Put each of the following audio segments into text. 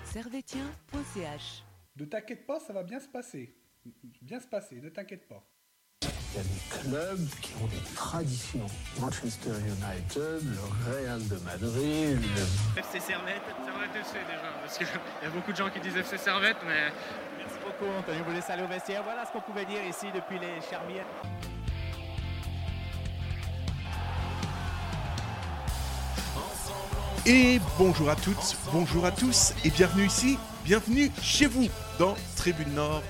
servetien.ch. Ne t'inquiète pas, ça va bien se passer. Bien se passer, ne t'inquiète pas. Il y a des clubs qui ont des traditions. Manchester United, le Real de Madrid, FC Servette FC déjà, parce qu'il y a beaucoup de gens qui disent FC Servette, mais... Merci beaucoup Anthony, vous laissez aller au vestiaire. Voilà ce qu'on pouvait dire ici depuis les Charmières. Et bonjour à toutes, bonjour à tous, et bienvenue ici, bienvenue chez vous, dans Tribune Nord.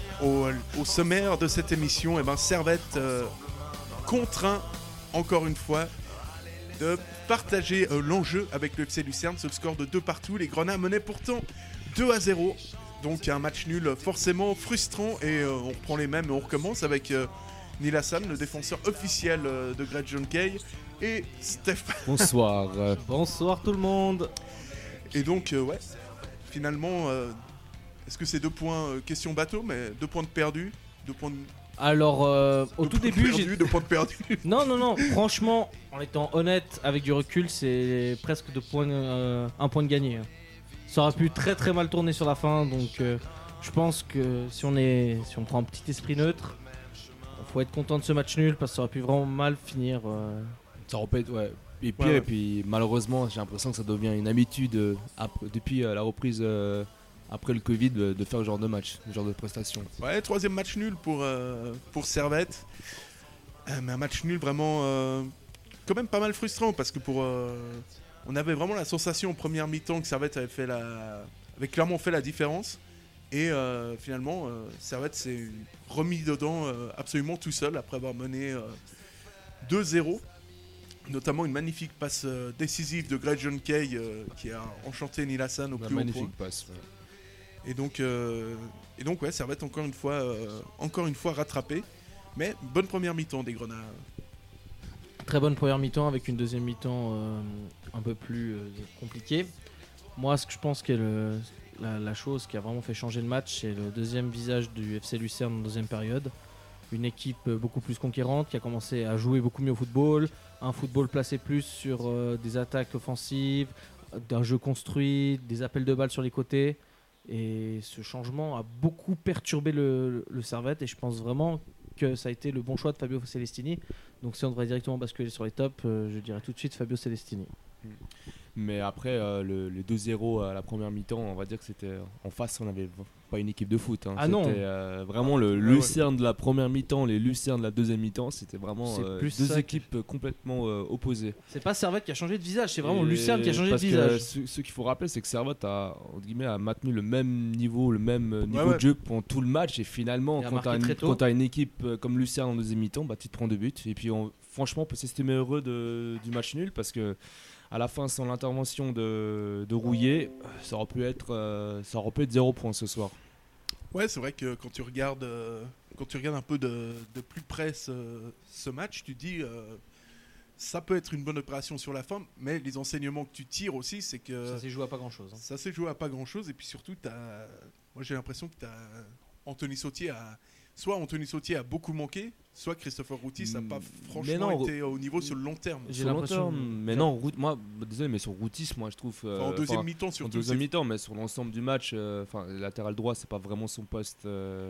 Au sommaire de cette émission, Servette contraint encore une fois de partager l'enjeu avec le FC Lucerne sur le score de 2-2. Les Grenats menaient pourtant 2-0, donc un match nul forcément frustrant, et on reprend les mêmes et on recommence avec Neil Hassan, le défenseur officiel de Great John Kay, et Stéphane. Bonsoir. Bonsoir tout le monde. Et donc finalement, est-ce que c'est 2 points, question bateau, mais 2 points de perdus, 2 points de... Alors, au tout début, j'ai 2 points de perdus. Non. Franchement, en étant honnête, avec du recul, c'est presque 2 points, 1 point de gagné. Ça aurait pu très très mal tourner sur la fin, donc je pense que si on prend un petit esprit neutre, faut être content de ce match nul parce que ça aurait pu vraiment mal finir. Ça répète, ouais. Et pire, et puis malheureusement, j'ai l'impression que ça devient une habitude depuis la reprise. Après le Covid, de faire ce genre de match, ce genre de prestation. Ouais, 3e match nul pour Servette. Mais un match nul vraiment quand même pas mal frustrant parce que on avait vraiment la sensation en première mi-temps que Servette avait clairement fait la différence. Et finalement, Servette s'est remis dedans absolument tout seul après avoir mené 2-0. Notamment une magnifique passe décisive de Great John Kay qui a enchanté Neil Hassan au plus haut point. Magnifique passe, ouais. Et donc Servette encore une fois rattrapé. Mais bonne première mi-temps des Grenats. Très bonne première mi-temps avec une deuxième mi-temps un peu plus compliquée. Moi, ce que je pense qu'est la chose qui a vraiment fait changer le match, c'est le deuxième visage du FC Lucerne en deuxième période. Une équipe beaucoup plus conquérante qui a commencé à jouer beaucoup mieux au football. Un football placé plus sur des attaques offensives, d'un jeu construit, des appels de balles sur les côtés. Et ce changement a beaucoup perturbé le Servette et je pense vraiment que ça a été le bon choix de Fabio Celestini. Donc si on devrait directement basculer sur les tops, je dirais tout de suite Fabio Celestini. Mais après, le 2-0 à la première mi-temps, on va dire que c'était en face, on n'avait pas une équipe de foot. Hein. Ah c'était vraiment le Lucerne de la première mi-temps, les Lucernes de la deuxième mi-temps. C'était vraiment deux équipes complètement opposées. C'est pas Servette qui a changé de visage, c'est vraiment Lucerne qui a changé de visage. Ce qu'il faut rappeler, c'est que Servette a maintenu le même niveau, de jeu pendant tout le match. Et finalement, quand tu as une équipe comme Lucerne en deuxième mi-temps, tu te prends 2 buts. Et puis franchement, on peut s'estimer heureux du match nul parce que à la fin, sans l'intervention de Rouillet, ça aurait pu être 0 points ce soir. Ouais, c'est vrai que quand tu regardes un peu de plus près ce match, tu te dis ça peut être une bonne opération sur la fin, mais les enseignements que tu tires aussi, c'est que ça s'est joué à pas grand-chose. Hein. Ça s'est joué à pas grand-chose, et puis surtout, moi j'ai l'impression que Anthony Sautier a beaucoup manqué, soit Christopher Routis n'a pas franchement été au niveau sur le long terme. J'ai l'impression. Mais non, moi, désolé, mais sur Routis, moi je trouve. En deuxième mi-temps surtout. En deuxième mi-temps, mais sur l'ensemble du match, latéral droit, c'est pas vraiment son poste.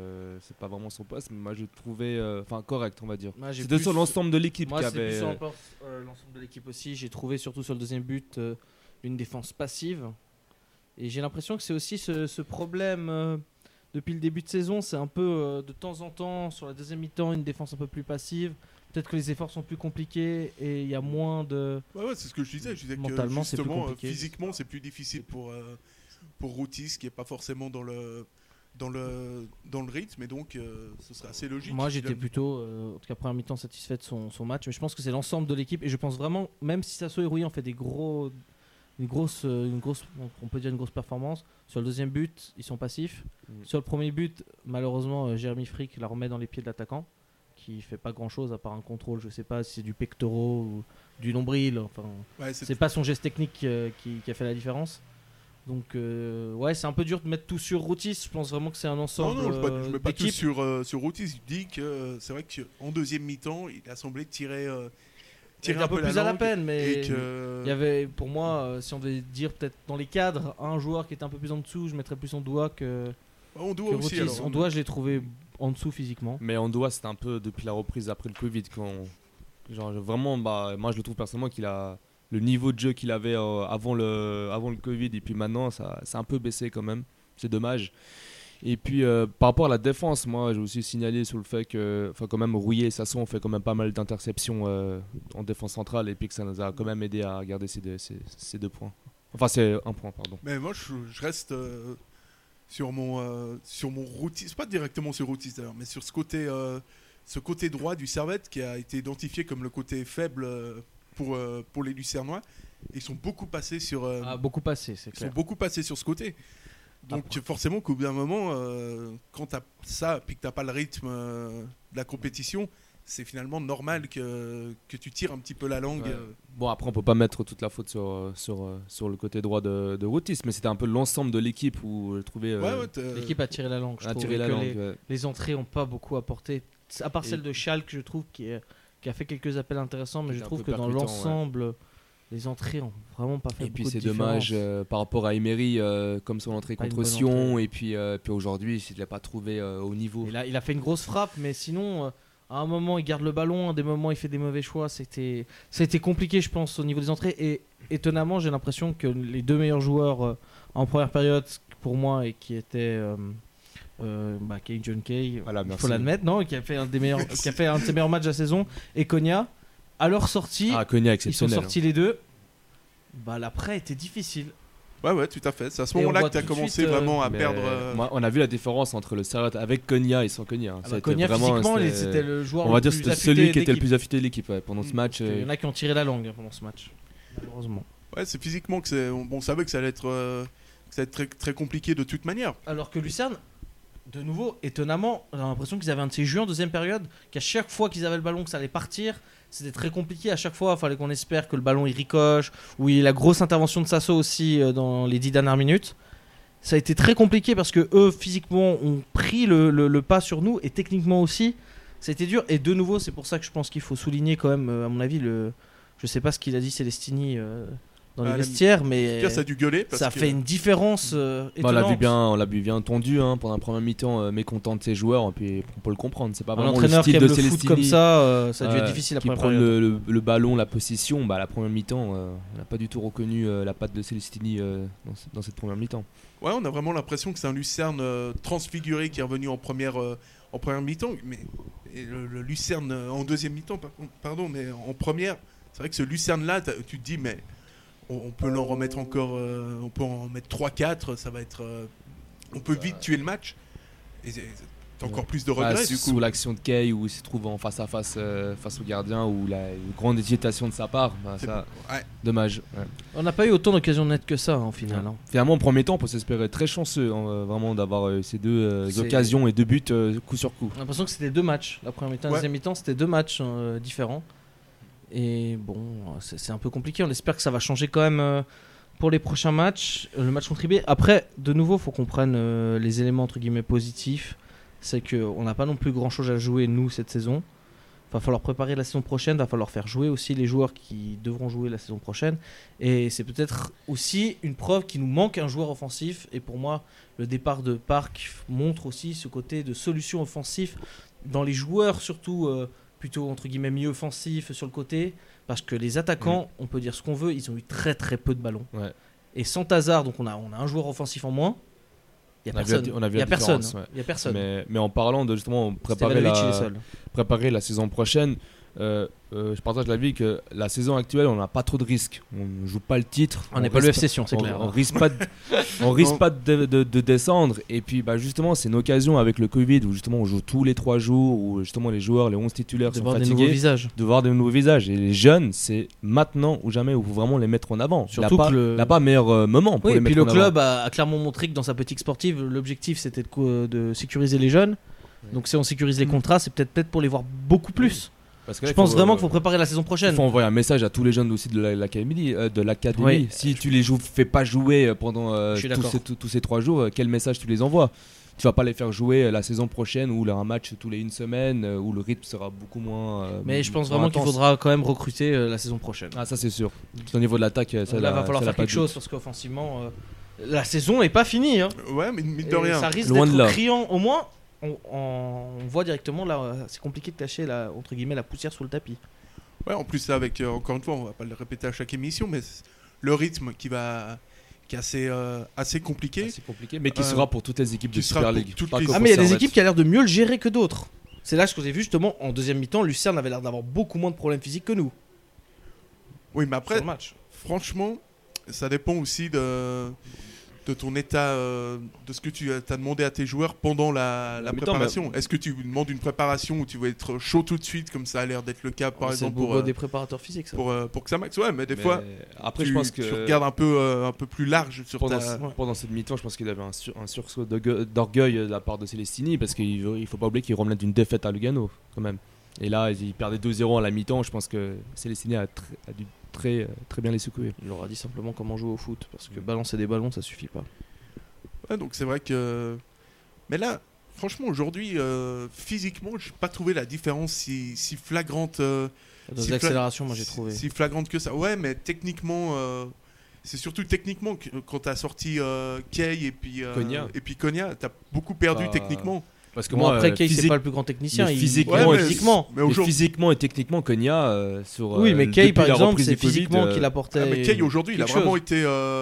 Mais moi je trouvais correct, on va dire. C'était sur l'ensemble de l'équipe qui avait. Moi, c'est plus l'ensemble de l'équipe aussi. J'ai trouvé surtout sur le deuxième but une défense passive. Et j'ai l'impression que c'est aussi ce problème. Depuis le début de saison, c'est un peu de temps en temps, sur la deuxième mi-temps, une défense un peu plus passive. Peut-être que les efforts sont plus compliqués et il y a moins de... Ouais, c'est ce que je disais. Je disais mentalement, que justement, c'est plus physiquement, c'est plus difficile pour Routis, qui n'est pas forcément dans le rythme. Et donc, ce serait assez logique. Moi, j'étais plutôt, en tout cas, première mi-temps, satisfait de son match. Mais je pense que c'est l'ensemble de l'équipe. Et je pense vraiment, même si Sasso et Rouillet ont fait une grosse, on peut dire une grosse performance. Sur le deuxième but, ils sont passifs. Sur le premier but, malheureusement, Jérémy Frick la remet dans les pieds de l'attaquant, qui fait pas grand chose à part un contrôle. Je sais pas si c'est du pectoral ou du nombril. Enfin, c'est pas son geste technique qui a fait la différence. Donc c'est un peu dur de mettre tout sur Routis. Je pense vraiment que c'est un ensemble. Non, je mets pas tout sur Routis. Je dis que c'est vrai qu'en deuxième mi-temps, il a semblé tirer tirer un peu plus à la peine, mais que... il y avait, pour moi, si on devait dire peut-être dans les cadres, un joueur qui était un peu plus en dessous, je mettrais plus Ondoa que aussi. Ondoa, je l'ai trouvé en dessous physiquement. Mais Ondoa, c'était un peu depuis la reprise après le Covid. Vraiment, moi je le trouve personnellement qu'il a le niveau de jeu qu'il avait avant le Covid, et puis maintenant, ça a un peu baissé quand même. C'est dommage. Et puis par rapport à la défense, moi j'ai aussi signalé sur le fait que quand même Rouillet et Sasson ont fait quand même pas mal d'interceptions en défense centrale, et puis que ça nous a quand même aidé à garder ces 2 points. Enfin c'est 1 point, pardon. Mais moi je reste sur mon routiste, c'est pas directement sur routiste d'ailleurs, mais sur ce côté droit du Servette qui a été identifié comme le côté faible pour les Lucernois. Ils sont beaucoup passés sur c'est clair. Ils sont beaucoup passés sur ce côté. Donc forcément qu'au bout d'un moment, quand tu as ça et que tu n'as pas le rythme de la compétition, c'est finalement normal que tu tires un petit peu la langue. Ouais. Bon, après on peut pas mettre toute la faute sur le côté droit de Routis, mais c'était un peu l'ensemble de l'équipe où je trouvais... l'équipe a tiré la langue. Les entrées n'ont pas beaucoup apporté, à part celle de Schalke, je trouve, qui a fait quelques appels intéressants, mais je trouve que dans l'ensemble... Les entrées ont vraiment pas fait beaucoup de différence. Et puis c'est dommage par rapport à Emery, comme son entrée contre Sion, et puis aujourd'hui, il ne l'a pas trouvé au niveau. Il a fait une grosse frappe, mais sinon, à un moment, il garde le ballon, à des moments, il fait des mauvais choix. Ça a été compliqué, je pense, au niveau des entrées. Et étonnamment, j'ai l'impression que les 2 meilleurs joueurs en première période, pour moi, et qui étaient... John Kay, il faut l'admettre, qui a fait un de ses meilleurs matchs de la saison, et Konya. À leur sortie, ils sont sortis les deux. L'après était difficile. Ouais, tout à fait. C'est à ce moment-là que tu as commencé vraiment à perdre. On a vu la différence entre le Servette avec Konya et sans Konya. Konya, physiquement, c'était le joueur. On va dire que c'était celui qui était le plus affûté de l'équipe pendant ce match. Il y en a qui ont tiré la langue pendant ce match, malheureusement. Ouais, c'est physiquement que on savait que ça allait être très, très compliqué de toute manière. Alors que Lucerne, de nouveau, étonnamment, j'ai l'impression qu'ils avaient un de ces jeux en deuxième période, qu'à chaque fois qu'ils avaient le ballon, que ça allait partir. C'était très compliqué à chaque fois, il fallait qu'on espère que le ballon il ricoche, ou il y a la grosse intervention de Sasso aussi dans les 10 dernières minutes. Ça a été très compliqué parce que eux physiquement ont pris le pas sur nous, et techniquement aussi ça a été dur. Et de nouveau, c'est pour ça que je pense qu'il faut souligner quand même, à mon avis, je sais pas ce qu'il a dit Celestini dans les vestiaires, mais ça a dû gueuler parce ça fait une différence étonnante. On l'a vu bien tendu pendant la première mi-temps, mécontent de ses joueurs, et puis on peut le comprendre. C'est pas vraiment le style de Celestini. Foot comme ça a dû être difficile. Qui prend le ballon, la possession, la première mi-temps, on n'a pas du tout reconnu la patte de Celestini dans cette première mi-temps. Ouais, on a vraiment l'impression que c'est un Lucerne transfiguré qui est revenu en première mi-temps, mais le Lucerne en deuxième mi-temps, pardon, mais en première, c'est vrai que ce Lucerne-là, tu te dis, mais on peut en remettre encore, on peut en mettre 3-4, ça va être, on peut vite tuer le match. Et t'as encore plus de regrets du coup. Sous l'action de Kay où il se trouve en face à face au gardien, ou la grande hésitation de sa part, dommage. Ouais. On n'a pas eu autant d'occasions nettes que ça en final. Finalement, en premier temps, on peut s'espérer très chanceux, vraiment d'avoir ces 2 occasions et 2 buts coup sur coup. J'ai l'impression que c'était 2 matchs. La première mi-temps, la deuxième mi-temps, c'était 2 matchs différents. Et bon, c'est un peu compliqué. On espère que ça va changer quand même pour les prochains matchs. Le match contre IB. Après, de nouveau, il faut qu'on prenne les éléments entre guillemets positifs. C'est qu'on n'a pas non plus grand chose à jouer, nous, cette saison. Il va falloir préparer la saison prochaine. Il va falloir faire jouer aussi les joueurs qui devront jouer la saison prochaine. Et c'est peut-être aussi une preuve qu'il nous manque un joueur offensif. Et pour moi, le départ de Park montre aussi ce côté de solution offensive dans les joueurs, surtout. Plutôt entre guillemets milieu offensif sur le côté, parce que les attaquants, on peut dire ce qu'on veut, ils ont eu très très peu de ballons. Ouais. Et sans Hazard, donc on a un joueur offensif en moins. Il y a personne. Mais en parlant de justement préparer la saison prochaine, je partage l'avis que la saison actuelle, on n'a pas trop de risques. On ne joue pas le titre. On n'est pas le FC Sion, c'est clair. On risque pas de descendre. Et puis justement, c'est une occasion avec le Covid où justement on joue tous les 3 jours, où justement les joueurs, les 11 titulaires sont fatigués. De voir des nouveaux visages. Et les jeunes, c'est maintenant ou jamais où il faut vraiment les mettre en avant. Surtout il n'a pas meilleur moment pour les mettre en avant. Et puis le club a clairement montré que dans sa politique sportive, l'objectif c'était de sécuriser les jeunes. Donc si on sécurise les contrats, c'est peut-être pour les voir beaucoup plus. Parce que là, je pense vraiment qu'il faut préparer la saison prochaine. Il faut envoyer un message à tous les jeunes aussi de l'académie. Oui. Si tu les fais pas jouer pendant tous ces 3 jours, quel message tu les envoies? tu vas pas les faire jouer la saison prochaine ou un match tous les une semaine où le rythme sera beaucoup moins. Mais je pense vraiment qu'il faudra quand même recruter la saison prochaine. Ah, ça c'est sûr. Au niveau de l'attaque, ça là va falloir faire quelque chose parce qu'offensivement, la saison n'est pas finie. Hein. Ouais, mais de rien. Ça risque d'être criant. Au moins, on voit directement là, c'est compliqué de cacher entre guillemets la poussière sous le tapis. Ouais, en plus avec encore une fois, on va pas le répéter à chaque émission, mais le rythme qui est assez compliqué. Assez compliqué, mais qui sera pour toutes les équipes de Super League. Mais il y a des équipes qui a l'air de mieux le gérer que d'autres. C'est là ce que j'ai vu justement en deuxième mi-temps, Lucerne avait l'air d'avoir beaucoup moins de problèmes physiques que nous. Oui, mais après, franchement, ça dépend aussi de ton état, de ce que tu as demandé à tes joueurs pendant la préparation. Est-ce que tu demandes une préparation où tu veux être chaud tout de suite, comme ça a l'air d'être le cas par exemple pour des préparateurs physiques ça. Pour que ça max. Ouais, mais des fois, après, je pense que tu regardes un peu plus large sur pendant cette mi-temps, je pense qu'il avait un sursaut d'orgueil de la part de Celestini parce qu'il faut pas oublier qu'il revenait d'une défaite à Lugano quand même. Et là, il perdait 2-0 à la mi-temps. Je pense que Celestini a dû très bien les secouer. Il leur a dit simplement comment jouer au foot parce que balancer des ballons ça suffit pas. Ouais, donc c'est vrai que. Mais là, franchement, aujourd'hui, physiquement, j'ai pas trouvé la différence si flagrante. Dans l'accélération, moi j'ai trouvé. Si flagrante que ça. Ouais, mais techniquement. C'est surtout techniquement que quand t'as sorti Kay et puis Konya, t'as beaucoup perdu techniquement. Parce que moi, après Kay c'est pas le plus grand technicien, physiquement et techniquement Konya sur oui, mais Kay par exemple, c'est physiquement qu'il apportait. Mais Kay aujourd'hui, il a vraiment été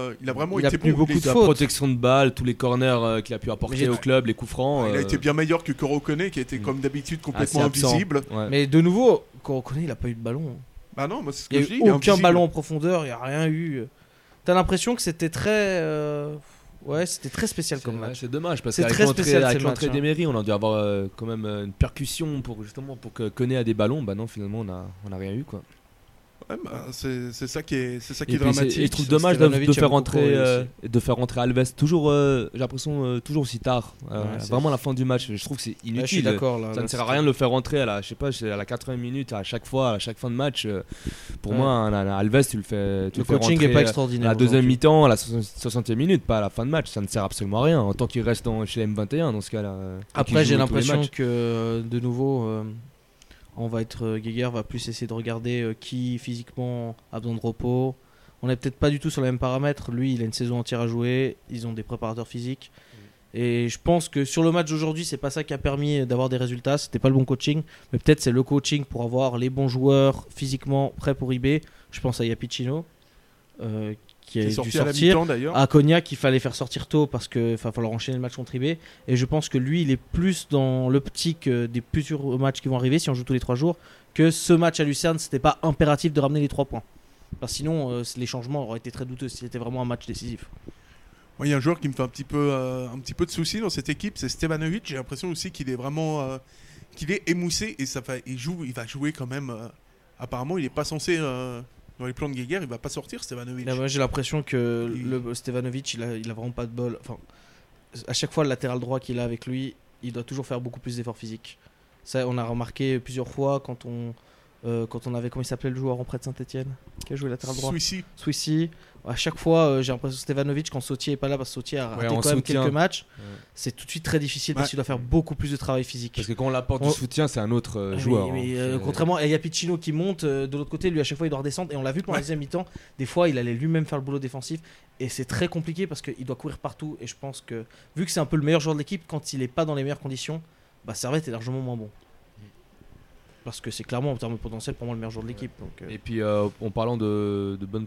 bon. Beaucoup de la protection de balle, tous les corners qu'il a pu apporter au club, les coups francs. Il a été bien meilleur que Korokone qui était comme d'habitude complètement invisible. Mais de nouveau, Korokone, il a pas eu de ballon. Bah non, moi c'est ce que je dis. Il y a aucun ballon en profondeur, il y a rien eu. T'as l'impression que c'était très ouais, c'était très spécial comme match. C'est dommage parce qu'avec l'entrée d'Emery, on a dû avoir quand même une percussion pour que Koné a des ballons. Bah non, finalement, on n'a rien eu quoi. Ouais, bah, c'est ça qui est dramatique. Et je trouve dommage de faire rentrer Alves toujours, j'ai l'impression toujours aussi tard. Vraiment à la fin du match, je trouve que c'est inutile. Je suis d'accord, là, ça ne sert à rien de le faire rentrer à la 80e minute à chaque fin de match. Pour moi, un Alves, tu le fais coaching n'est pas extraordinaire. À la deuxième mi-temps, à la 60e minute, pas à la fin de match. Ça ne sert absolument à rien. En tant qu'il reste chez M21 dans ce cas-là. Après, j'ai l'impression que de nouveau. Geiger va plus essayer de regarder qui physiquement a besoin de repos. On n'est peut-être pas du tout sur les mêmes paramètres. Lui, il a une saison entière à jouer. Ils ont des préparateurs physiques. Et je pense que sur le match d'aujourd'hui, c'est pas ça qui a permis d'avoir des résultats. C'était pas le bon coaching, mais peut-être c'est le coaching pour avoir les bons joueurs physiquement prêts pour IB. Je pense à Yapicino qui a dû sortir, à Konya qu'il fallait faire sortir tôt parce qu'il va falloir enchaîner le match contre IB. Et je pense que lui, il est plus dans l'optique des futurs matchs qui vont arriver si on joue tous les 3 jours que ce match à Lucerne, c'était pas impératif de ramener les 3 points. Parce que sinon, les changements auraient été très douteux si c'était vraiment un match décisif. Il y a un joueur qui me fait un petit peu de soucis dans cette équipe, c'est Stevanovic. J'ai l'impression aussi qu'il est vraiment qu'il est émoussé et il va jouer quand même. Apparemment, il n'est pas censé dans les plans de Geiger, il va pas sortir Stevanovic. Moi, j'ai l'impression que Stevanovic, il a vraiment pas de bol. Enfin, à chaque fois, le latéral droit qu'il a avec lui, il doit toujours faire beaucoup plus d'efforts physiques. Ça, on a remarqué plusieurs fois quand on avait, comment il s'appelait le joueur en prêt de Saint-Etienne qui a joué latéral droit, Swissy. À chaque fois, j'ai l'impression que Stevanovic, quand Sautier est pas là, parce que Sautier a raté quand même quelques matchs, c'est tout de suite très difficile parce qu'il doit faire beaucoup plus de travail physique. Parce que quand on l'apporte du soutien, c'est un autre joueur. Contrairement à Yapicino qui monte de l'autre côté, lui à chaque fois il doit redescendre. Et on l'a vu pendant la deuxième mi-temps, des fois il allait lui-même faire le boulot défensif. Et c'est très compliqué parce qu'il doit courir partout. Et je pense que, vu que c'est un peu le meilleur joueur de l'équipe, quand il n'est pas dans les meilleures conditions, Servette est largement moins bon. Parce que c'est clairement en termes de potentiel pour moi le meilleur joueur de l'équipe. Donc, Et puis en parlant de bonnes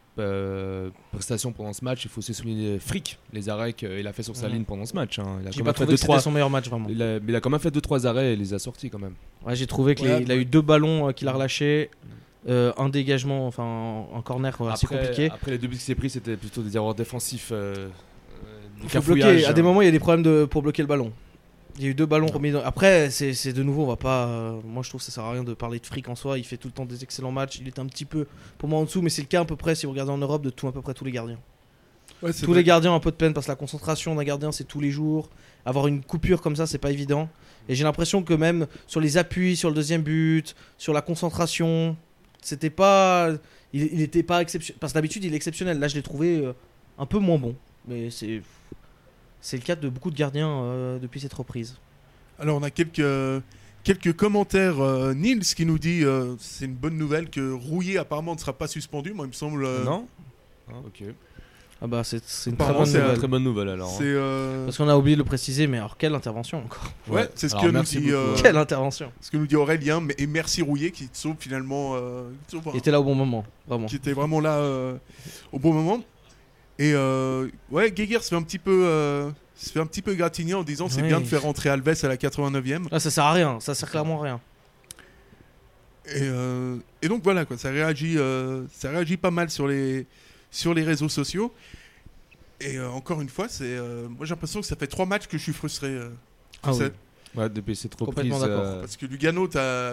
prestations pendant ce match, il faut aussi souligner Frick, les arrêts qu'il a fait sur sa ligne pendant ce match. J'ai pas trouvé que c'était son meilleur match vraiment. Il a quand même fait 2-3 arrêts et il les a sortis quand même. Ouais, j'ai trouvé qu'il a eu 2 ballons qu'il a relâchés. Un dégagement, enfin un corner assez compliqué. Après les 2 buts qu'il s'est pris, c'était plutôt des erreurs défensives. Il faut bloquer. À des moments, il y a des problèmes pour bloquer le ballon. Il y a eu 2 ballons remis dans... Après, c'est de nouveau, on va pas... moi, je trouve que ça sert à rien de parler de Frick en soi. Il fait tout le temps des excellents matchs. Il est un petit peu, pour moi, en dessous. Mais c'est le cas à peu près, si vous regardez en Europe, de à peu près tous les gardiens. Ouais, tous les gardiens ont un peu de peine parce que la concentration d'un gardien, c'est tous les jours. Avoir une coupure comme ça, c'est pas évident. Et j'ai l'impression que même sur les appuis, sur le deuxième but, sur la concentration, c'était pas... Il était pas exceptionnel. Parce que d'habitude, il est exceptionnel. Là, je l'ai trouvé un peu moins bon. Mais c'est... c'est le cas de beaucoup de gardiens depuis cette reprise. Alors on a quelques commentaires. Nils qui nous dit c'est une bonne nouvelle que Rouillet apparemment ne sera pas suspendu. Moi il me semble. Non. Ok. Ah bah c'est une très bonne nouvelle alors. Parce qu'on a oublié de le préciser, mais alors quelle intervention encore. Ouais, c'est ce que nous dit. Quelle intervention. Ce que nous dit Aurélien, et merci Rouillet qui te sauve finalement. Il était là au bon moment, vraiment. Qui était vraiment là au bon moment. Et ouais, Geiger se fait un petit peu gratigner en disant c'est bien de faire rentrer Alves à la 89e. Ah, ça sert à rien, ça sert clairement à rien. Et donc voilà quoi, ça réagit pas mal sur les réseaux sociaux. Et encore une fois, moi j'ai l'impression que ça fait 3 matchs que je suis frustré. Oui. Ouais, depuis cette reprise. Complètement d'accord. Parce que Lugano,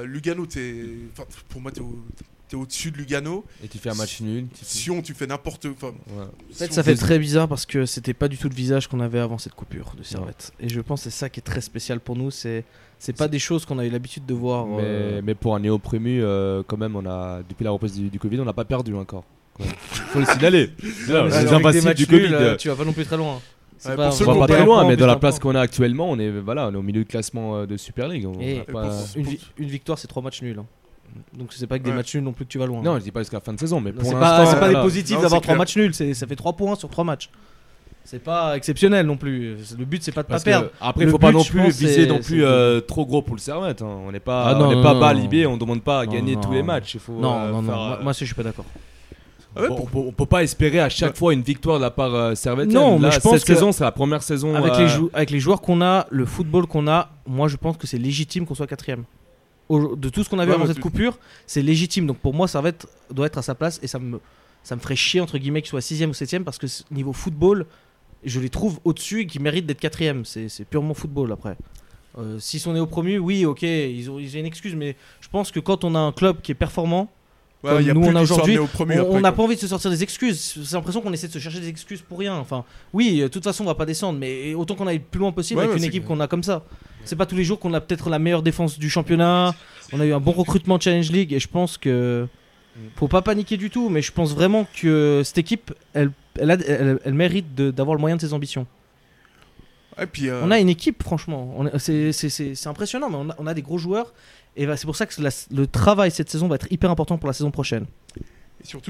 pour moi t'es au-dessus de Lugano. Et tu fais un match nul. Sion, tu fais n'importe quoi. Ouais. En fait, ça fait très bizarre parce que c'était pas du tout le visage qu'on avait avant cette coupure de Servette. Et je pense que c'est ça qui est très spécial pour nous. C'est pas des choses qu'on a eu l'habitude de voir. Mais pour un néo-promu, quand même, depuis la reprise du Covid, on n'a pas perdu encore. Faut le signaler. Avec des matchs nuls, tu vas pas non plus très loin. On va pas très loin, mais dans la place qu'on a actuellement, on est au milieu du classement de Super League. Une victoire, c'est 3 matchs nuls. Donc c'est pas que des matchs nuls non plus que tu vas loin. Non, je dis pas jusqu'à la fin de saison, mais pour l'instant, c'est pas des positifs d'avoir 3 matchs nuls. Ça fait 3 points sur 3 matchs. C'est pas exceptionnel non plus. Le but c'est pas de pas perdre. Après il faut pas non plus viser trop gros pour le Servette. On n'est pas bas libé, on demande pas à gagner tous les matchs. Non, moi je suis pas d'accord. On peut pas espérer à chaque fois une victoire de la part Servette. Non, mais je pense cette saison, c'est la première saison. Avec les joueurs qu'on a, le football qu'on a, moi je pense que c'est légitime qu'on soit 4ème. De tout ce qu'on a vu avant cette coupure, c'est légitime. Donc pour moi, Servette doit être à sa place et ça me ferait chier entre guillemets qu'il soit 6ème ou 7ème parce que niveau football, je les trouve au-dessus et qu'ils méritent d'être 4ème. C'est purement football après. S'ils sont néo-promus, oui, ok, ils ont une excuse, mais je pense que quand on a un club qui est performant, comme nous on a aujourd'hui, on n'a pas envie de se sortir des excuses. J'ai l'impression qu'on essaie de se chercher des excuses pour rien. Enfin, oui, de toute façon on va pas descendre, mais autant qu'on aille le plus loin possible avec une équipe qu'on a comme ça. C'est pas tous les jours qu'on a peut-être la meilleure défense du championnat. On a eu un bon recrutement Challenge League et je pense que faut pas paniquer du tout, mais je pense vraiment que cette équipe elle mérite d'avoir le moyen de ses ambitions. Et puis, on a une équipe franchement, c'est impressionnant, mais on a des gros joueurs. Et c'est pour ça que le travail cette saison va être hyper important pour la saison prochaine. Et surtout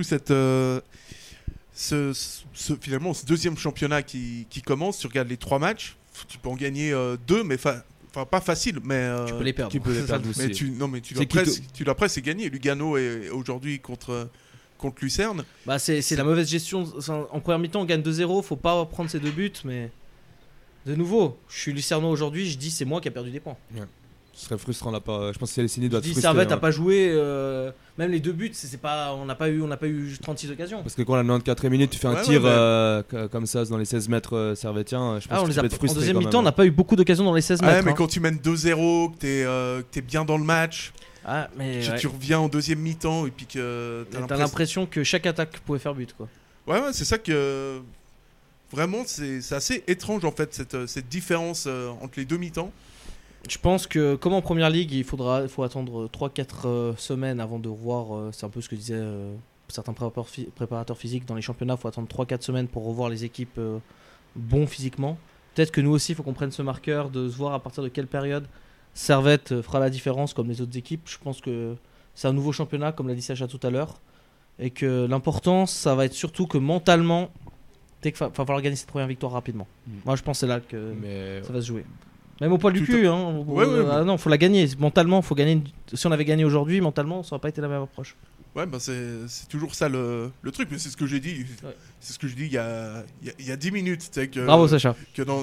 finalement ce deuxième championnat qui commence, tu regardes les 3 matchs, tu peux en gagner 2, mais pas facile, mais tu peux les perdre. Tu peux les perdre aussi. Mais tu dois presque gagner. Lugano est aujourd'hui contre Lucerne. Bah c'est la mauvaise gestion. En première mi-temps, on gagne 2-0. Faut pas prendre ces 2 buts, mais de nouveau, je suis Lucerno aujourd'hui. Je dis c'est moi qui a perdu des points. Ouais. Ce serait frustrant là. Je pense que Célestini doit être frustré. Servette n'a pas joué. Même les 2 buts, on n'a pas eu 36 occasions. Parce que quand à la 94e minute, tu fais un tir comme ça dans les 16 mètres servétiens, je pense que tu peux être frustré. En deuxième mi-temps, on n'a pas eu beaucoup d'occasions dans les 16 mètres. Ouais, mais quand tu mènes 2-0, que t'es bien dans le match, tu reviens en deuxième mi-temps et puis que t'as l'impression que chaque attaque pouvait faire but, quoi. Ouais, c'est ça que vraiment c'est assez étrange en fait cette différence entre les 2 mi-temps. Je pense que comme en première ligue, il faut attendre 3-4 semaines avant de revoir. C'est un peu ce que disaient certains préparateurs physiques dans les championnats. Il faut attendre 3-4 semaines pour revoir les équipes bons physiquement. Peut-être que nous aussi, il faut qu'on prenne ce marqueur de se voir à partir de quelle période Servette fera la différence comme les autres équipes. Je pense que c'est un nouveau championnat, comme l'a dit Sacha tout à l'heure. Et que l'important, ça va être surtout que mentalement, il va falloir gagner cette première victoire rapidement. Moi, je pense que c'est là que ça va se jouer. Même au poil du cul, non, faut la gagner. Mentalement, faut gagner. Si on avait gagné aujourd'hui, mentalement, ça n'aurait pas été la même approche. Ouais, c'est toujours ça le truc, mais c'est ce que j'ai dit. Ouais. C'est ce que je dis il y a 10 minutes. Bravo Sacha.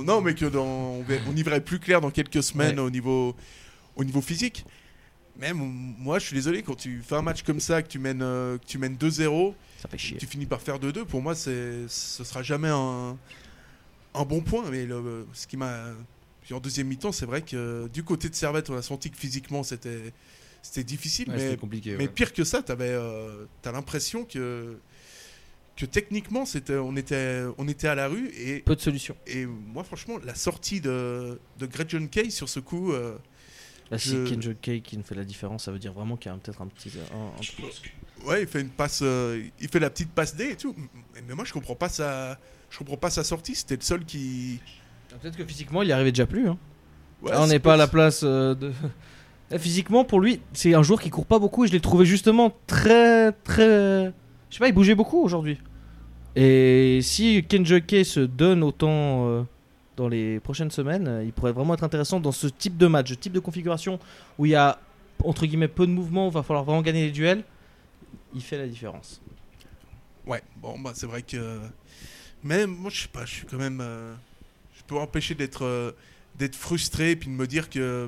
On y verrait plus clair dans quelques semaines au niveau physique. Même moi, je suis désolé, quand tu fais un match comme ça, que tu mènes 2-0, ça fait chier. Tu finis par faire 2-2. Pour moi, ce sera jamais un bon point. Mais ce qui m'a... Puis en deuxième mi-temps, c'est vrai que du côté de Servette, on a senti que physiquement, c'était difficile. C'était compliqué. Mais pire que ça, t'as l'impression que techniquement, on était à la rue. Et, peu de solutions. Et moi, franchement, la sortie de Gretchen Kay sur ce coup... si Gretchen Kay qui nous fait la différence, ça veut dire vraiment qu'il y a peut-être un petit... Ouais, il fait une passe... il fait la petite passe D et tout. Mais moi, je comprends pas sa sortie. C'était le seul qui Peut-être que physiquement, il y arrivait déjà plus. Hein. Ouais, on n'est pas à la place de. Physiquement, pour lui, c'est un joueur qui court pas beaucoup et je l'ai trouvé justement très. Je sais pas, il bougeait beaucoup aujourd'hui. Et si Kenjoke se donne autant dans les prochaines semaines, il pourrait vraiment être intéressant dans ce type de match, ce type de configuration où il y a entre guillemets peu de mouvement, il va falloir vraiment gagner les duels. Il fait la différence. Ouais, bon, bah c'est vrai que. Mais moi, je sais pas, je suis quand même. Je peux empêcher d'être frustré et puis de me dire que.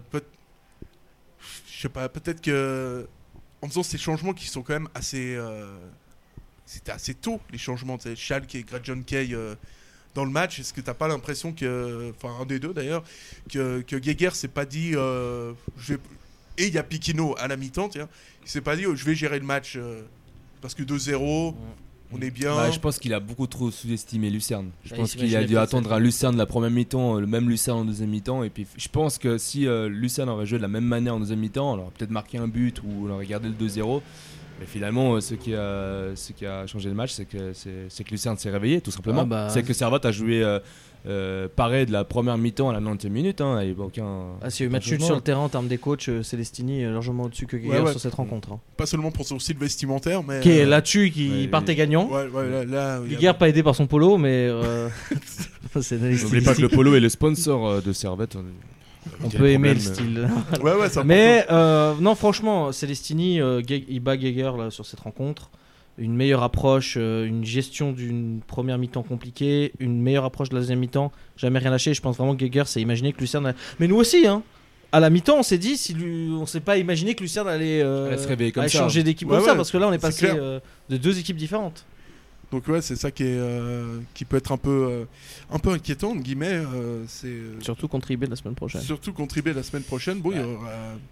Je sais pas, peut-être que. En faisant ces changements qui sont quand même assez. C'était assez tôt, les changements. Schalke et Gradjon Kay dans le match. Est-ce que t'as pas l'impression que. Enfin, un des deux d'ailleurs. Que Geiger s'est pas dit. Et il y a Piquino à la mi-temps, tiens. Il s'est pas dit, je vais gérer le match. Parce que 2-0. On est bien. Bah, je pense qu'il a beaucoup trop sous-estimé Lucerne. Je pense qu'il a dû attendre à Lucerne la première mi-temps, le même Lucerne en deuxième mi-temps. Et puis je pense que si Lucerne aurait joué de la même manière en deuxième mi-temps, on aurait peut-être marqué un but ou on aurait gardé le 2-0. Mais finalement, ce qui a changé le match, c'est que Lucerne s'est réveillé, tout simplement. C'est que Servette a joué pareil de la première mi-temps à la 90e minute. Hein, il y a aucun. S'il y a eu match nul sur le terrain en termes des coachs, Celestini est largement au-dessus que Geiger sur cette rencontre. Hein. Pas seulement pour son style vestimentaire, mais. Qui est là-dessus, qui partait gagnant. Geiger pas aidé par son polo, mais. N'oubliez pas que le polo est le sponsor de Servette. On peut aimer le style. Mais non, franchement, Celestini, il bat Geiger là, sur cette rencontre. Une meilleure approche, une gestion d'une première mi-temps compliquée, une meilleure approche de la deuxième mi-temps. Jamais rien lâché. Je pense vraiment que Geiger s'est imaginé que Lucerne. Mais nous aussi, hein. À la mi-temps, on s'est dit, on s'est pas imaginé que Lucerne allait se réveiller comme ça. Changer d'équipe comme ça, parce que là, on est passé de deux équipes différentes. Donc ouais, c'est ça qui peut être un peu inquiétant, entre guillemets. Surtout contribuer la semaine prochaine. Bon, il y aura...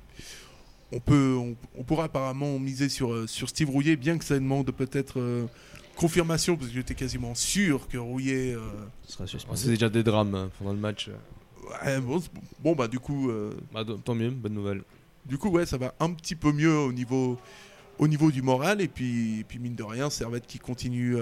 On pourra apparemment miser sur Steve Rouillet, bien que ça demande peut-être confirmation, parce que j'étais quasiment sûr que Rouillet sera suspendu. C'est déjà des drames pendant le match. Ouais, bon, bah du coup... tant mieux, bonne nouvelle. Du coup, ouais, ça va un petit peu mieux au niveau du moral, et puis mine de rien, Servette qui continue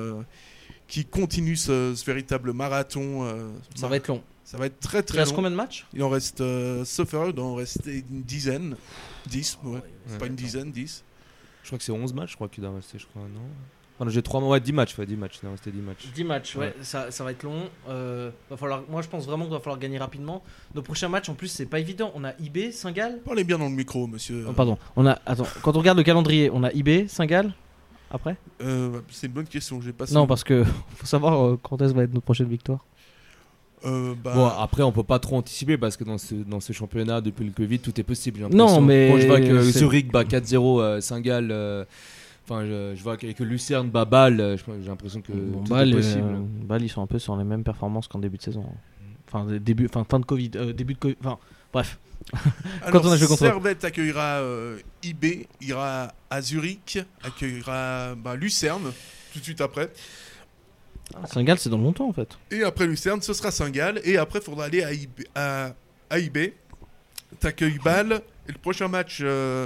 ce véritable marathon. Ça va être long. Ça va être très très long. Il reste combien de matchs ? Il en reste, sauf erreur, il doit en rester une dizaine. 10, ouais. Pas une dizaine, 10. Je crois que c'est 11 matchs, je crois qu'il doit en rester, non enfin, j'ai 3 mois, 10 matchs, il doit en rester 10 matchs. 10 matchs, ouais. Ça va être long. Moi, je pense vraiment qu'il va falloir gagner rapidement. Nos prochains matchs, en plus, c'est pas évident. On a IB, Saint-Gall. Parlez bien dans le micro, monsieur. Pardon. Quand on regarde le calendrier, on a IB, Saint-Gall. Après c'est une bonne question. J'ai pas. Non, parce que faut savoir quand est-ce va être notre prochaine victoire. Bon, après on peut pas trop anticiper parce que dans ce championnat depuis le Covid tout est possible. Non, mais quand je vois que Zurich bat 4-0 Saint-Gall, enfin je vois que Lucerne bat Bâle, j'ai l'impression que tout est possible. Bâle, ils sont un peu sur les mêmes performances qu'en début de saison. Fin de Covid, début de Covid. Enfin bref. Alors, quand on a joué contre Servette accueillera IB, ira à Zurich, accueillera Lucerne tout de suite après. Saint-Gall, c'est dans longtemps en fait. Et après Lucerne, ce sera Saint-Gall. Et après, il faudra aller à IB. T'accueilles Bâle. Et le prochain match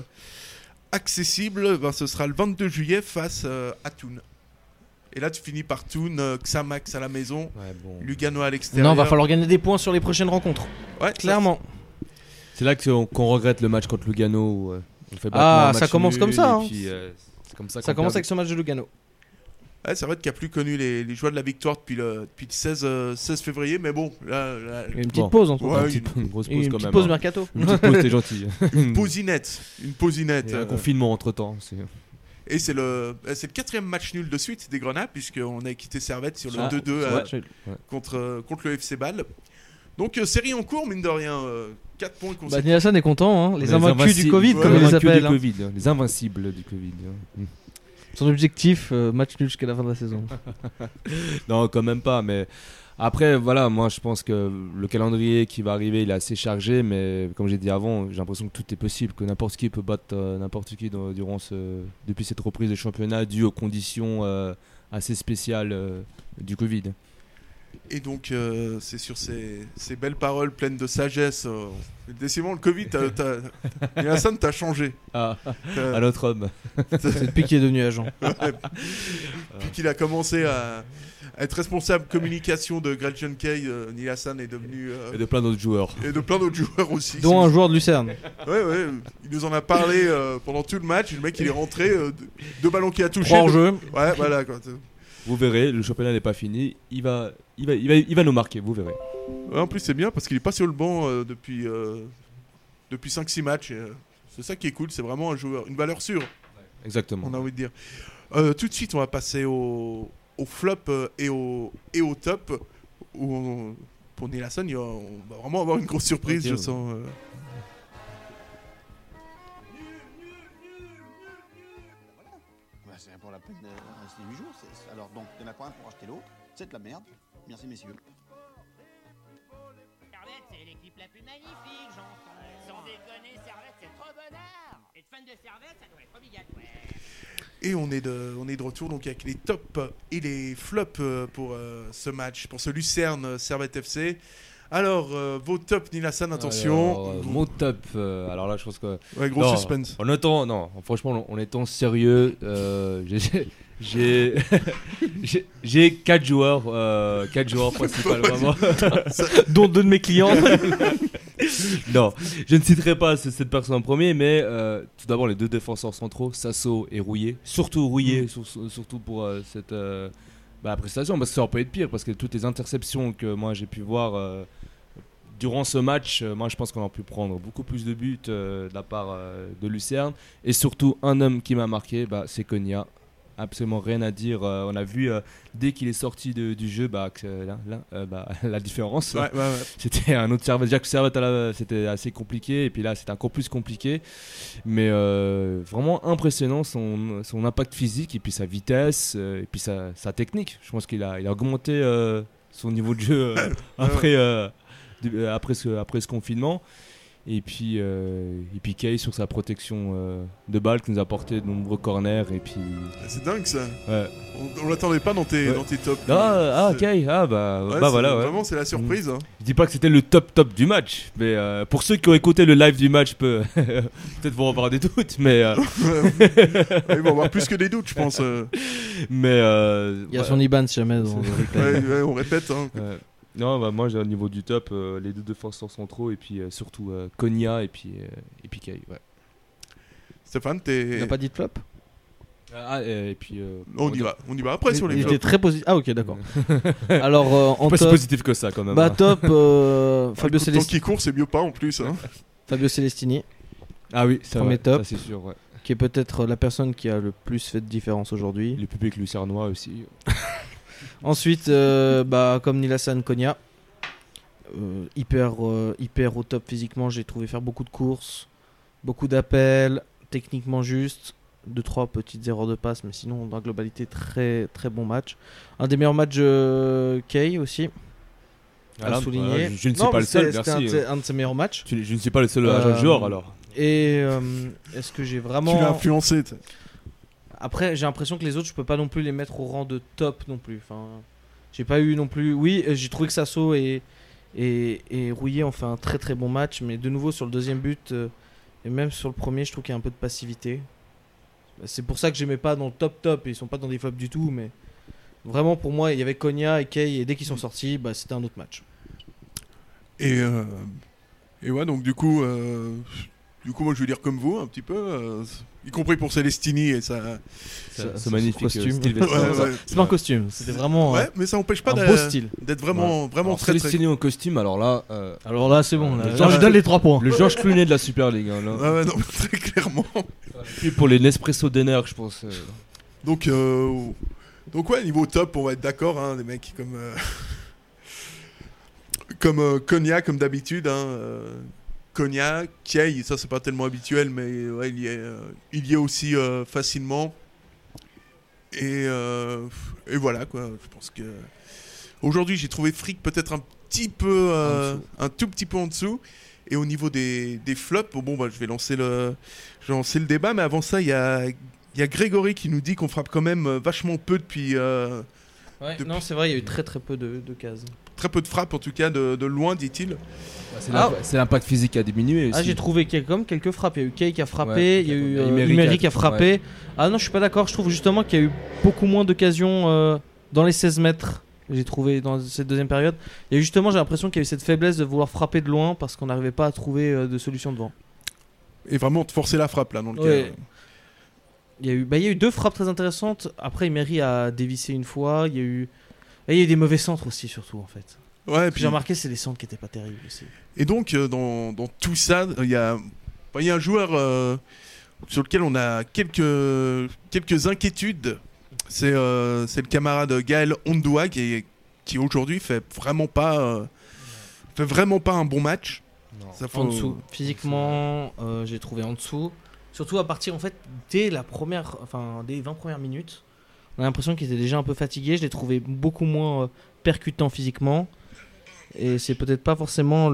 accessible, ce sera le 22 juillet face à Thun. Et là, tu finis par Thun, Xamax à la maison, Lugano à l'extérieur. Non, va falloir gagner des points sur les prochaines rencontres. Ouais, clairement. C'est là qu'on regrette le match contre Lugano. Où on fait ça commence comme ça. Puis, c'est comme ça commence avec ce match de Lugano. Ouais, c'est vrai qu'il n'a plus connu les joies de la victoire depuis le 16 février, mais bon, là il y a une petite pause en tout cas. Une grosse pause quand même. Une pause mercato. Une petite pause, t'es gentil. Une pausinette. Il y a un confinement entre temps. Et c'est le 4e match nul de suite des Grenades, puisqu'on a quitté Servette sur le 2-2 contre le FC Bâle. Donc série en cours, mine de rien, 4 points consécutifs. Nielsen est content, hein. Les invaincus du Covid, comme ils les appellent. Les invincibles du Covid. Son objectif, match nul jusqu'à la fin de la saison. Non, quand même pas. Mais après, voilà, moi je pense que le calendrier qui va arriver, il est assez chargé. Mais comme j'ai dit avant, j'ai l'impression que tout est possible, que n'importe qui peut battre n'importe qui depuis cette reprise de championnat due aux conditions assez spéciales du Covid. Et donc, c'est sur ces belles paroles pleines de sagesse. Décidément, le Covid, Nilassan, t'as changé. À notre homme. C'est depuis qu'il est devenu agent. Depuis qu'il a commencé à être responsable communication de Gretchen Kay, Nilassan est devenu... et de plein d'autres joueurs. Et de plein d'autres joueurs aussi. Dont un joueur de Lucerne. Ouais, il nous en a parlé pendant tout le match. Le mec, il est rentré, 2 ballons qu'il a touchés. 3 en jeu. Ouais, voilà. Quoi. Vous verrez, le championnat n'est pas fini. Il va nous marquer, vous verrez. Ouais, en plus, c'est bien parce qu'il est pas sur le banc depuis 5-6 matchs. C'est ça qui est cool. C'est vraiment un joueur, une valeur sûre. Exactement. On a envie de dire. Tout de suite, on va passer au flop et au top. Pour Nilassan, on va vraiment avoir une grosse surprise, okay, je sens. C'est pour la peine de rester 8 jours. Alors donc, il n'y en a pas un pour acheter l'autre. C'est de la merde. Merci messieurs. Servette, c'est l'équipe la plus magnifique, j'entends. Sans déconner, Servette, c'est trop bonheur. Être fan de Servette, ça doit être obligatoire. Et on est de retour donc avec les tops et les flops pour ce match, pour ce Lucerne Servette FC. Alors, vos tops, Nilassan, attention. Alors, mon top, alors là, je pense que... Ouais, gros suspense. Franchement, en étant sérieux, j'ai 4 joueurs, 4 joueurs principalement. Dont 2 de mes clients. Non, je ne citerai pas cette personne en premier, mais tout d'abord les 2 défenseurs centraux, Sasso et Rouillé. Surtout Rouillé, surtout pour cette prestation, parce que ça aurait pu être pire, parce que toutes les interceptions que moi j'ai pu voir durant ce match, moi je pense qu'on aurait pu prendre beaucoup plus de buts de la part de Lucerne. Et surtout un homme qui m'a marqué, c'est Konya. Absolument rien à dire. On a vu dès qu'il est sorti du jeu la différence. Ouais. C'était un autre Servette. Déjà que Servette c'était assez compliqué, et puis là c'était encore plus compliqué. Mais vraiment impressionnant son impact physique, et puis sa vitesse, et puis sa technique. Je pense qu'il a augmenté son niveau de jeu après ce confinement. Et puis Kay sur sa protection de balle qui nous a apporté de nombreux corners. Et puis... C'est dingue ça. Ouais. On l'attendait pas dans tes tops. Kay, voilà. Vraiment, c'est la surprise. Hein. Je dis pas que c'était le top du match, mais pour ceux qui ont écouté le live du match, peut-être vont avoir des doutes, mais ils vont avoir plus que des doutes, je pense. Mais il y a son IBAN si jamais. On répète. Hein. Non, moi j'ai au niveau du top les 2 défenseurs centraux, et puis surtout Konya et puis Kay. Ouais. Stéphane, tu n'as pas dit de flop? Et puis on y va après sur les flops. Il était très positif. Ah ok, d'accord. Alors en pas top, si positif que ça quand même. Top Fabio Celestini. Tant qu'il court, c'est mieux pas en plus. Hein. Fabio Celestini. Ah oui, c'est premier top. Ça, c'est sûr, ouais. Qui est peut-être la personne qui a le plus fait de différence aujourd'hui. Le public lucernois aussi. Ensuite, comme Nilassan, Konya, hyper au top physiquement. J'ai trouvé faire beaucoup de courses, beaucoup d'appels, techniquement juste, 2-3 petites erreurs de passe, mais sinon dans la globalité très très bon match. Un des meilleurs matchs Kay aussi. À souligner. Je ne suis pas le seul. C'était un de ses meilleurs matchs. Je ne suis pas le seul joueur alors. Et est-ce que j'ai vraiment... Tu l'as influencé. Après, j'ai l'impression que les autres, je peux pas non plus les mettre au rang de top non plus. Enfin, j'ai pas eu non plus. Oui, j'ai trouvé que Sasso et Rouillé ont fait un très très bon match, mais de nouveau sur le deuxième but et même sur le premier, je trouve qu'il y a un peu de passivité. C'est pour ça que j'aimais pas dans le top. Ils sont pas dans des flops du tout, mais vraiment pour moi, il y avait Konya et Kay, et dès qu'ils sont sortis, c'était un autre match. Et ouais, donc du coup, moi je vais dire comme vous un petit peu, y compris pour Celestini et ce magnifique costume. Style c'est pas un costume, c'était vraiment ouais, mais ça n'empêche pas un beau style. D'être vraiment très Celestini en costume. Alors là c'est bon. Je donne les 3 points. Le Georges Clooney de la Super League. Hein, là. Non, très clairement. Et pour les Nespresso Dinner, je pense. Donc ouais, niveau top, on va être d'accord, hein, des mecs comme Konya, comme d'habitude. Konya, Kay, ça c'est pas tellement habituel, mais ouais, il y est aussi facilement. Et voilà quoi. Je pense que aujourd'hui j'ai trouvé Frick peut-être un tout petit peu en dessous. Et au niveau des flops, je vais lancer le débat, mais avant ça il y a Grégory qui nous dit qu'on frappe quand même vachement peu depuis Ouais, non, c'est vrai, il y a eu très peu de cases. Très peu de frappes, en tout cas, de loin, dit-il. C'est l'impact physique qui a diminué aussi. J'ai trouvé qu'il y a quand même quelques frappes. Il y a eu Kay qui a frappé, il y a eu Emery qui a frappé. Ouais. Ah non, je suis pas d'accord. Je trouve justement qu'il y a eu beaucoup moins d'occasions dans les 16 mètres. J'ai trouvé dans cette deuxième période. Et justement, j'ai l'impression qu'il y a eu cette faiblesse de vouloir frapper de loin parce qu'on n'arrivait pas à trouver de solution devant. Et vraiment de forcer la frappe là dans le cas. Il y a eu 2 frappes très intéressantes. Après, Emery a dévissé une fois. Il y a eu des mauvais centres aussi, surtout en fait. Ouais, puis j'ai remarqué c'est les centres qui étaient pas terribles aussi. Et donc dans tout ça, il y a un joueur sur lequel on a quelques inquiétudes. C'est le camarade Gaël Ondoa qui aujourd'hui fait vraiment pas un bon match. En dessous. Physiquement, j'ai trouvé en dessous. Surtout à partir en fait des 20 premières minutes. On a l'impression qu'il était déjà un peu fatigué. Je l'ai trouvé beaucoup moins percutant physiquement. Et c'est peut-être pas forcément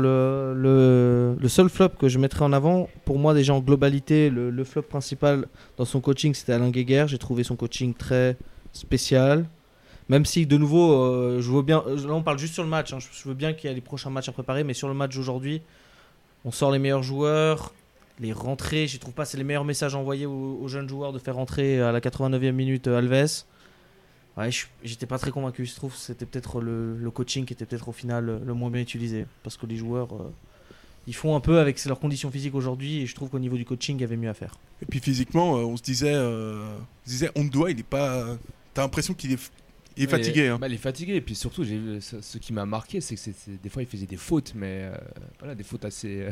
le seul flop que je mettrais en avant. Pour moi, déjà en globalité, le flop principal dans son coaching, c'était Alain Guéguer. J'ai trouvé son coaching très spécial. Même si, de nouveau, je veux bien. Là, on parle juste sur le match. Je veux bien qu'il y ait les prochains matchs à préparer. Mais sur le match d'aujourd'hui, on sort les meilleurs joueurs. Les rentrées, je trouve pas c'est les meilleurs messages envoyés aux jeunes joueurs de faire rentrer à la 89e minute Alves. Ouais, j'étais pas très convaincu. Je trouve que c'était peut-être le coaching qui était peut-être au final le moins bien utilisé. Parce que les joueurs, ils font un peu avec leurs conditions physiques aujourd'hui. Et je trouve qu'au niveau du coaching, il y avait mieux à faire. Et puis physiquement, on se disait Ondoa, il est pas. T'as l'impression qu'il est fatigué. Hein. Il est fatigué. Et puis surtout, ce qui m'a marqué, c'est que des fois, il faisait des fautes. Mais des fautes assez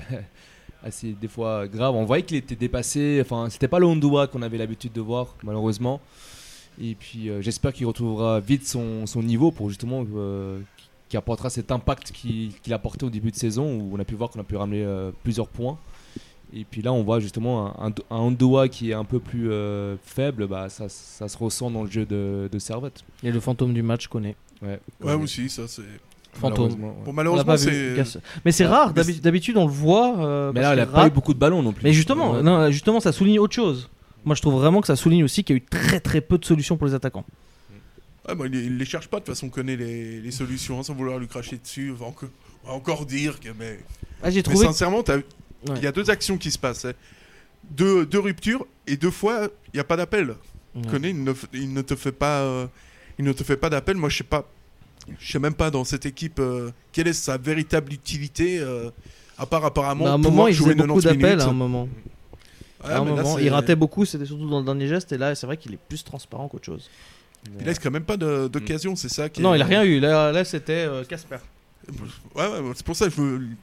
des fois graves. On voyait qu'il était dépassé. Enfin, c'était pas le Ondoa qu'on avait l'habitude de voir, malheureusement. Et puis j'espère qu'il retrouvera vite son niveau pour justement qui apportera cet impact qu'il a apporté au début de saison où on a pu voir qu'on a pu ramener plusieurs points. Et puis là on voit justement un Ondoa qui est un peu plus faible, ça se ressent dans le jeu de Servette. Et le fantôme du match connaît. Ouais aussi, ça c'est... Fantôme. Malheureusement c'est... Mais c'est rare, d'habitude on le voit. Mais là il a pas eu beaucoup de ballons non plus. Mais justement ça souligne autre chose. Moi, je trouve vraiment que ça souligne aussi qu'il y a eu très très peu de solutions pour les attaquants. Ah, il les cherche pas, de toute façon, on connaît les solutions, sans vouloir lui cracher dessus. On va encore dire que... Mais sincèrement, il y a 2 actions qui se passent. Hein. Deux ruptures, et 2 fois, il n'y a pas d'appel. Koné, il ne te fait pas d'appel. Moi, je sais même pas dans cette équipe quelle est sa véritable utilité, à part apparemment à un moment, il faisait beaucoup d'appels à un moment. À un moment, il ratait beaucoup, c'était surtout dans le dernier geste, et là c'est vrai qu'il est plus transparent qu'autre chose. Il laisse quand même pas d'occasion, c'est ça qui Non, il a rien eu, là c'était Casper. Ouais, c'est pour ça que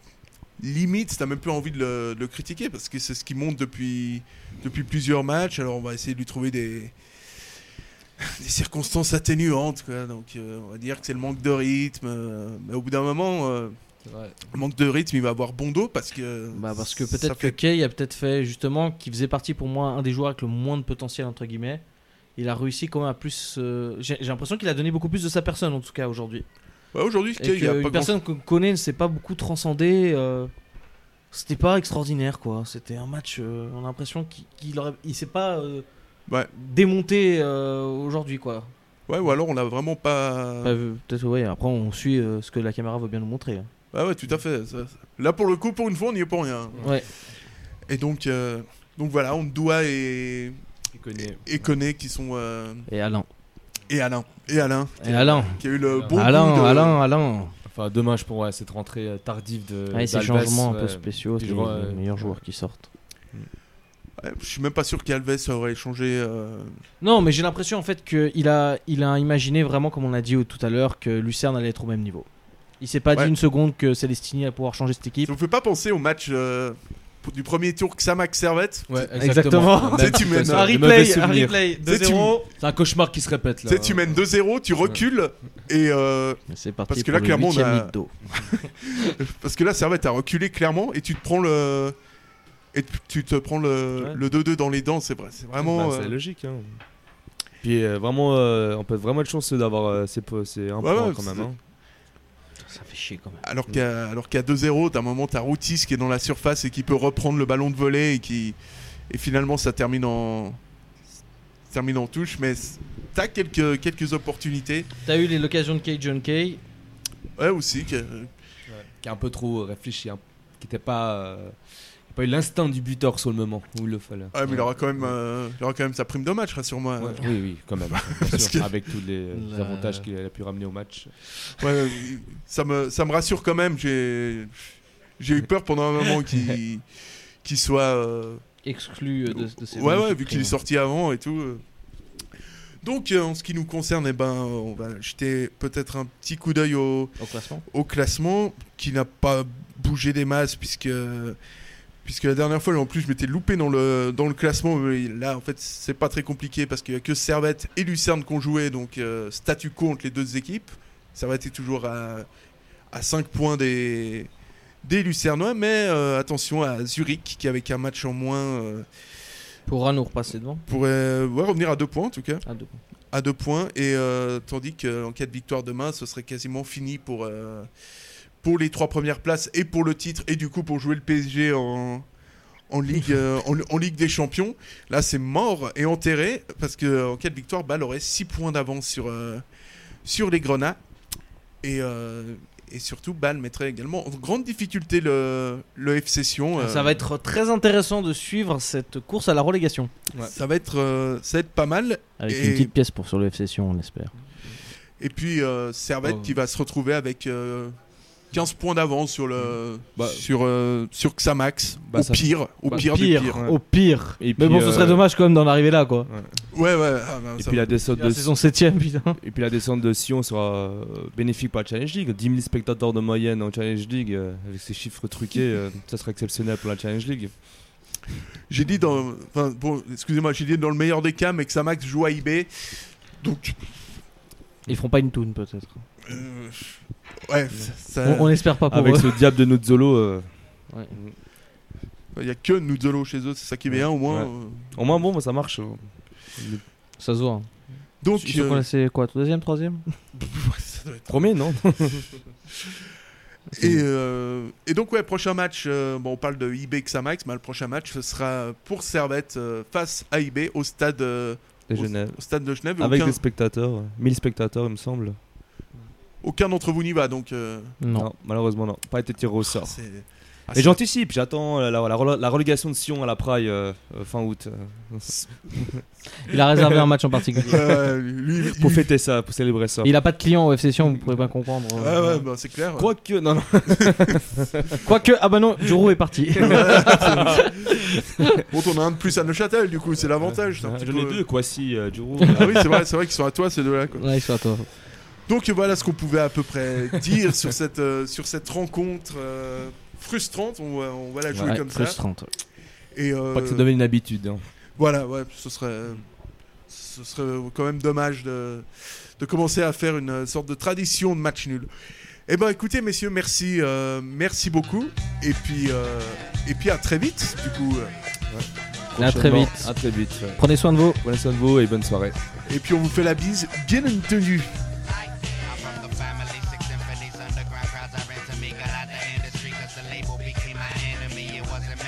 limite, t'as même plus envie de le critiquer, parce que c'est ce qui monte depuis plusieurs matchs, alors on va essayer de lui trouver des circonstances atténuantes, quoi. Donc on va dire que c'est le manque de rythme, mais au bout d'un moment... manque de rythme, il va avoir bon dos parce que peut-être que Kay a peut-être fait justement qui faisait partie pour moi un des joueurs avec le moins de potentiel entre guillemets. Il a réussi quand même à plus. J'ai l'impression qu'il a donné beaucoup plus de sa personne en tout cas aujourd'hui. Ouais, aujourd'hui, Kay, il y a une personne qu'on connaît ne s'est pas beaucoup transcendé. C'était pas extraordinaire quoi. C'était un match. On a l'impression qu'il s'est pas démonté aujourd'hui quoi. Ouais, ou alors on l'a vraiment pas. Peut-être ouais. Après on suit ce que la caméra veut bien nous montrer. Hein. Ah ouais, tout à fait. Là, pour le coup, pour une fois, on n'y est pour rien. Ouais. Et donc voilà, Ondoa et Koné qui sont... Et Alain. Qui a eu le bon Alain. Enfin, dommage pour cette rentrée tardive de ces changements un peu spéciaux, c'est les meilleurs joueurs qui sortent. Ouais, je suis même pas sûr qu'Alves aurait changé. Non, mais j'ai l'impression en fait qu'il a imaginé vraiment, comme on a dit tout à l'heure, que Lucerne allait être au même niveau. Il s'est pas dit une seconde que Célestini allait pouvoir changer cette équipe. Ça vous fait pas penser au match du premier tour Xamax Servette? Ouais, exactement. Tu mènes un replay 2-0. C'est un cauchemar qui se répète là. Tu mènes 2-0, tu recules et c'est parti parce que là clairement on a... parce que là Servette a reculé clairement et tu te prends le 2-2 dans les dents, c'est vrai, c'est vraiment c'est logique hein. Puis vraiment on peut vraiment être chanceux d'avoir ces un point quand même hein. Ça fait chier quand même. Alors qu'à 2-0, t'as un moment, t'as Routis qui est dans la surface et qui peut reprendre le ballon de volée et finalement ça termine en termine en touche, mais t'as quelques opportunités. T'as eu l'occasion de Cajun Kay. Ouais, aussi. Qui est un peu trop réfléchi, hein, qui n'était pas... pas eu l'instinct du buteur sur le moment où il le fallait. Ouais, mais il aura quand même sa prime de match, rassure-moi. Ouais, oui, quand même. Sûr, avec tous les avantages qu'il a pu ramener au match. Ouais, ça me rassure quand même. J'ai eu peur pendant un moment qu'il soit exclu de ces. Ouais, vu qu'il est sorti avant et tout. Donc, en ce qui nous concerne, on va jeter peut-être un petit coup d'œil au classement, qui n'a pas bougé des masses puisque la dernière fois, en plus, je m'étais loupé dans le classement. Mais là, en fait, c'est pas très compliqué parce qu'il n'y a que Servette et Lucerne qui ont joué. Donc, statu quo entre les deux équipes. Servette est toujours à 5 points des Lucernois. Mais attention à Zurich, qui avec un match en moins... pourra nous repasser devant. Pourrait revenir à 2 points, en tout cas. À 2 points. Et tandis qu'en cas de victoire demain, ce serait quasiment fini pour les 3 premières places et pour le titre et du coup pour jouer le PSG en Ligue, en Ligue des Champions. Là, c'est mort et enterré parce qu'en cas de victoire, Bâle aurait 6 points d'avance sur les Grenats. Et surtout, Bâle mettrait également en grande difficulté le FC Sion. Ça va être très intéressant de suivre cette course à la relégation. Ouais. Ça va être pas mal. Avec une petite pièce sur le FC Sion, on espère. Et puis Servette qui va se retrouver avec 15 points d'avance sur Xamax. Au pire. Et puis, mais bon, ce serait dommage quand même d'en arriver là, quoi. Ouais. Et puis la descente de saison 7ème, putain. Et puis la descente de Sion sera bénéfique pour la Challenge League. 10 000 spectateurs de moyenne en Challenge League, avec ces chiffres truqués, ça serait exceptionnel pour la Challenge League. J'ai dit dans le meilleur des cas, mais que Xamax joue à IB. Donc. Ils feront pas une toune, peut-être. Ouais, on espère pas pour avec eux. ce diable de Nuzzolo. Ouais. Il y a que Nuzzolo chez eux, c'est ça qui est bien au moins. Ouais. Au moins bon, ça marche. Ça se voit. Donc ils sont classés quoi, 2e, 3e Premier, non. Et donc prochain match, on parle de IB Xamax, mais le prochain match ce sera pour Servette face à IB au stade de Genève. Avec des spectateurs, 1000 spectateurs il me semble. Aucun d'entre vous n'y va donc Non, malheureusement non, pas été tiré au sort. Et j'anticipe, j'attends la relégation de Sion à la Praille fin août. Il a réservé un match en particulier. Pour fêter ça, pour célébrer ça. Il a pas de client au FC Sion, vous pourrez pas comprendre. C'est clair. Quoique, non. Quoique, non, Giroud est parti. Bon, on a un de plus à Neuchâtel, du coup, c'est l'avantage. J'en ai 2, Kwasi, Giroud. Ah oui, c'est vrai qu'ils sont à toi, ces deux-là. Quoi. Ouais, ils sont à toi. Donc voilà ce qu'on pouvait à peu près dire sur cette rencontre frustrante. On va la jouer comme frustrante. Ça. Et pas que ça devienne une habitude. Hein. Voilà, ce serait quand même dommage de commencer à faire une sorte de tradition de match nul. Eh ben écoutez messieurs, merci beaucoup. Et puis à très vite du coup. À très vite. À très vite. Prenez soin de vous. Prenez soin de vous et bonne soirée. Et puis on vous fait la bise, bien entendu.